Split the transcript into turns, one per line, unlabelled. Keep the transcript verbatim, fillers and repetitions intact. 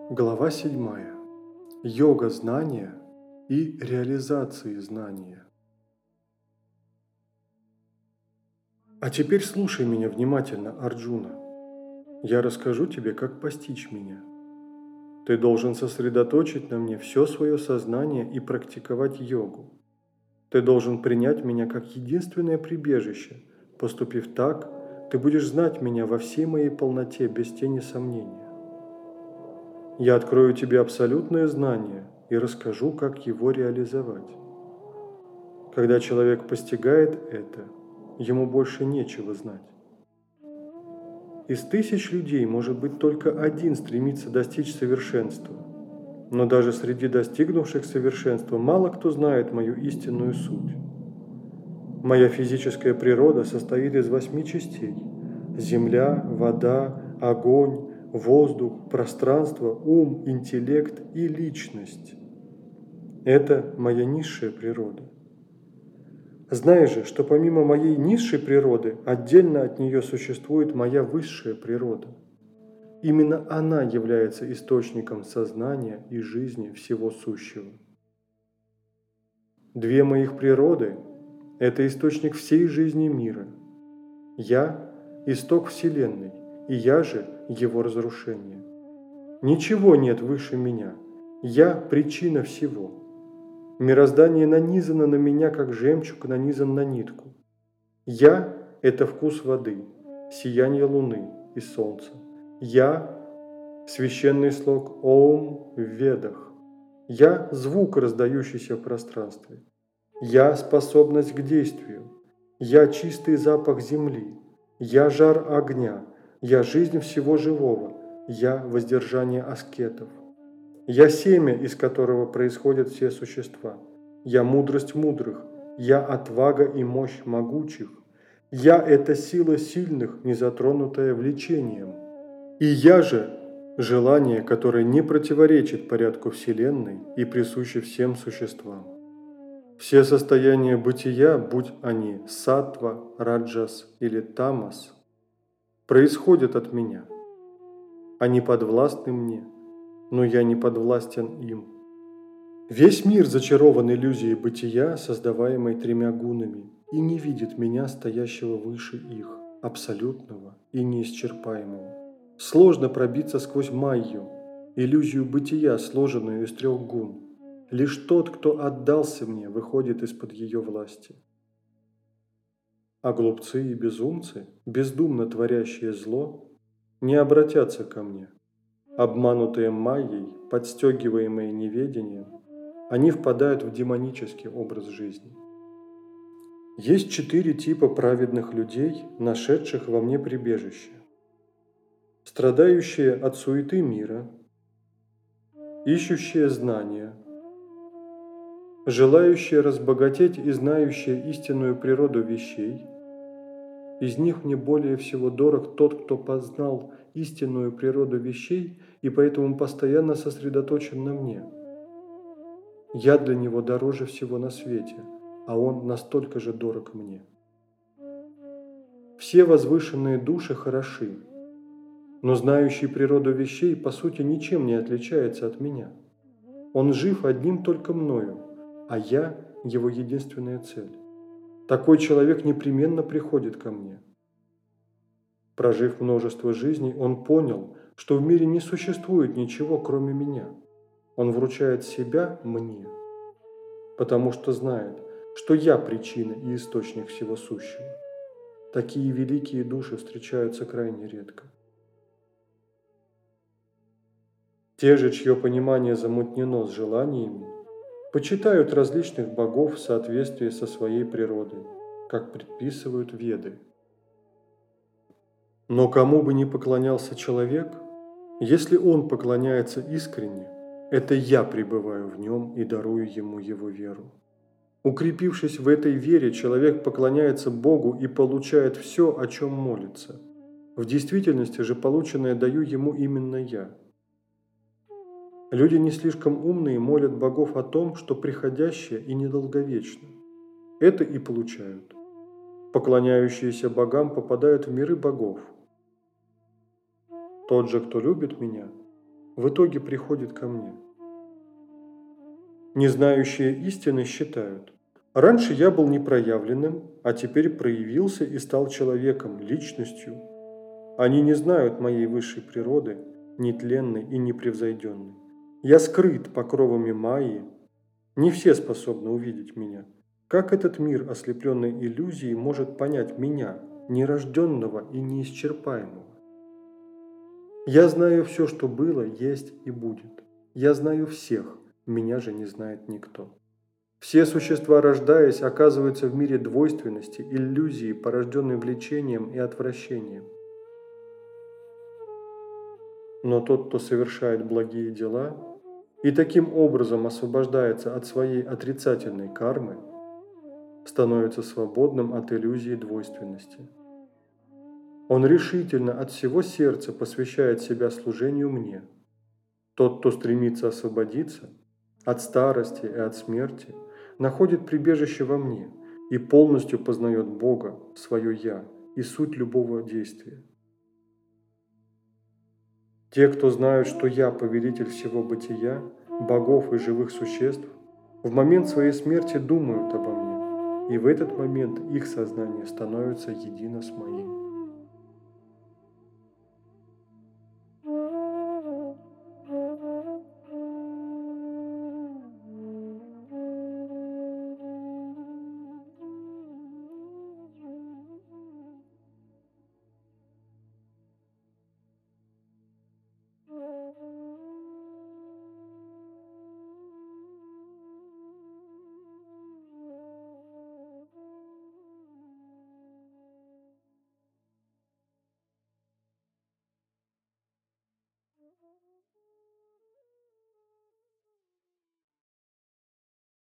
Глава седьмая. Йога знания и реализации знания. А теперь слушай меня внимательно, Арджуна. Я расскажу тебе, как постичь меня. Ты должен сосредоточить на мне все свое сознание и практиковать йогу. Ты должен принять меня как единственное прибежище. Поступив так, ты будешь знать меня во всей моей полноте, без тени сомнения. Я открою тебе абсолютное знание и расскажу, как его реализовать. Когда человек постигает это, ему больше нечего знать. Из тысяч людей, может быть, только один стремится достичь совершенства. Но даже среди достигнувших совершенства мало кто знает мою истинную суть. Моя физическая природа состоит из восьми частей: земля, вода, огонь, воздух, пространство, ум, интеллект и личность. Это моя низшая природа. Знай же, что помимо моей низшей природы, отдельно от нее существует моя высшая природа. Именно она является источником сознания и жизни всего сущего. Две моих природы – это источник всей жизни мира. Я – исток Вселенной, и я же – его разрушение. Ничего нет выше меня. Я – причина всего. Мироздание нанизано на меня, как жемчуг нанизан на нитку. Я – это вкус воды, сияние луны и солнца. Я – священный слог Ом в Ведах. Я – звук, раздающийся в пространстве. Я – способность к действию. Я – чистый запах земли. Я – жар огня. Я – жизнь всего живого. Я – воздержание аскетов. Я – семя, из которого происходят все существа. Я – мудрость мудрых. Я – отвага и мощь могучих. Я – это сила сильных, не затронутая влечением. И я же – желание, которое не противоречит порядку Вселенной и присуще всем существам. Все состояния бытия, будь они саттва, раджас или тамас, происходят от меня. Они подвластны мне, но я не подвластен им. Весь мир зачарован иллюзией бытия, создаваемой тремя гунами, и не видит меня, стоящего выше их, абсолютного и неисчерпаемого. Сложно пробиться сквозь майю, иллюзию бытия, сложенную из трех гун. Лишь тот, кто отдался мне, выходит из-под ее власти. А глупцы и безумцы, бездумно творящие зло, не обратятся ко мне. Обманутые майей, подстегиваемые неведением, они впадают в демонический образ жизни. Есть четыре типа праведных людей, нашедших во мне прибежище. Страдающие от суеты мира, ищущие знания, желающие разбогатеть и знающие истинную природу вещей. Из них мне более всего дорог тот, кто познал истинную природу вещей и поэтому постоянно сосредоточен на мне. Я для него дороже всего на свете, а он настолько же дорог мне. Все возвышенные души хороши, но знающий природу вещей по сути ничем не отличается от меня. Он жив одним только мною, а я – его единственная цель. Такой человек непременно приходит ко мне. Прожив множество жизней, он понял, что в мире не существует ничего, кроме меня. Он вручает себя мне, потому что знает, что я причина и источник всего сущего. Такие великие души встречаются крайне редко. Те же, чье понимание замутнено с желаниями, почитают различных богов в соответствии со своей природой, как предписывают Веды. Но кому бы ни поклонялся человек, если он поклоняется искренне, это я пребываю в нем и дарую ему его веру. Укрепившись в этой вере, человек поклоняется Богу и получает все, о чем молится. В действительности же полученное даю ему именно я. Люди не слишком умные молят богов о том, что приходящее и недолговечно. Это и получают. Поклоняющиеся богам попадают в миры богов. Тот же, кто любит меня, в итоге приходит ко мне. Незнающие истины считают: раньше я был непроявленным, а теперь проявился и стал человеком, личностью. Они не знают моей высшей природы, нетленной и непревзойденной. Я скрыт покровами Майи. Не все способны увидеть меня. Как этот мир, ослепленный иллюзией, может понять меня, нерожденного и неисчерпаемого? Я знаю все, что было, есть и будет. Я знаю всех, меня же не знает никто. Все существа, рождаясь, оказываются в мире двойственности, иллюзии, порожденной влечением и отвращением. Но тот, кто совершает благие дела и таким образом освобождается от своей отрицательной кармы, становится свободным от иллюзии двойственности. Он решительно от всего сердца посвящает себя служению мне. Тот, кто стремится освободиться от старости и от смерти, находит прибежище во мне и полностью познает Бога, свое «Я» и суть любого действия. Те, кто знают, что я повелитель всего бытия, богов и живых существ, в момент своей смерти думают обо мне, и в этот момент их сознание становится едино с моим.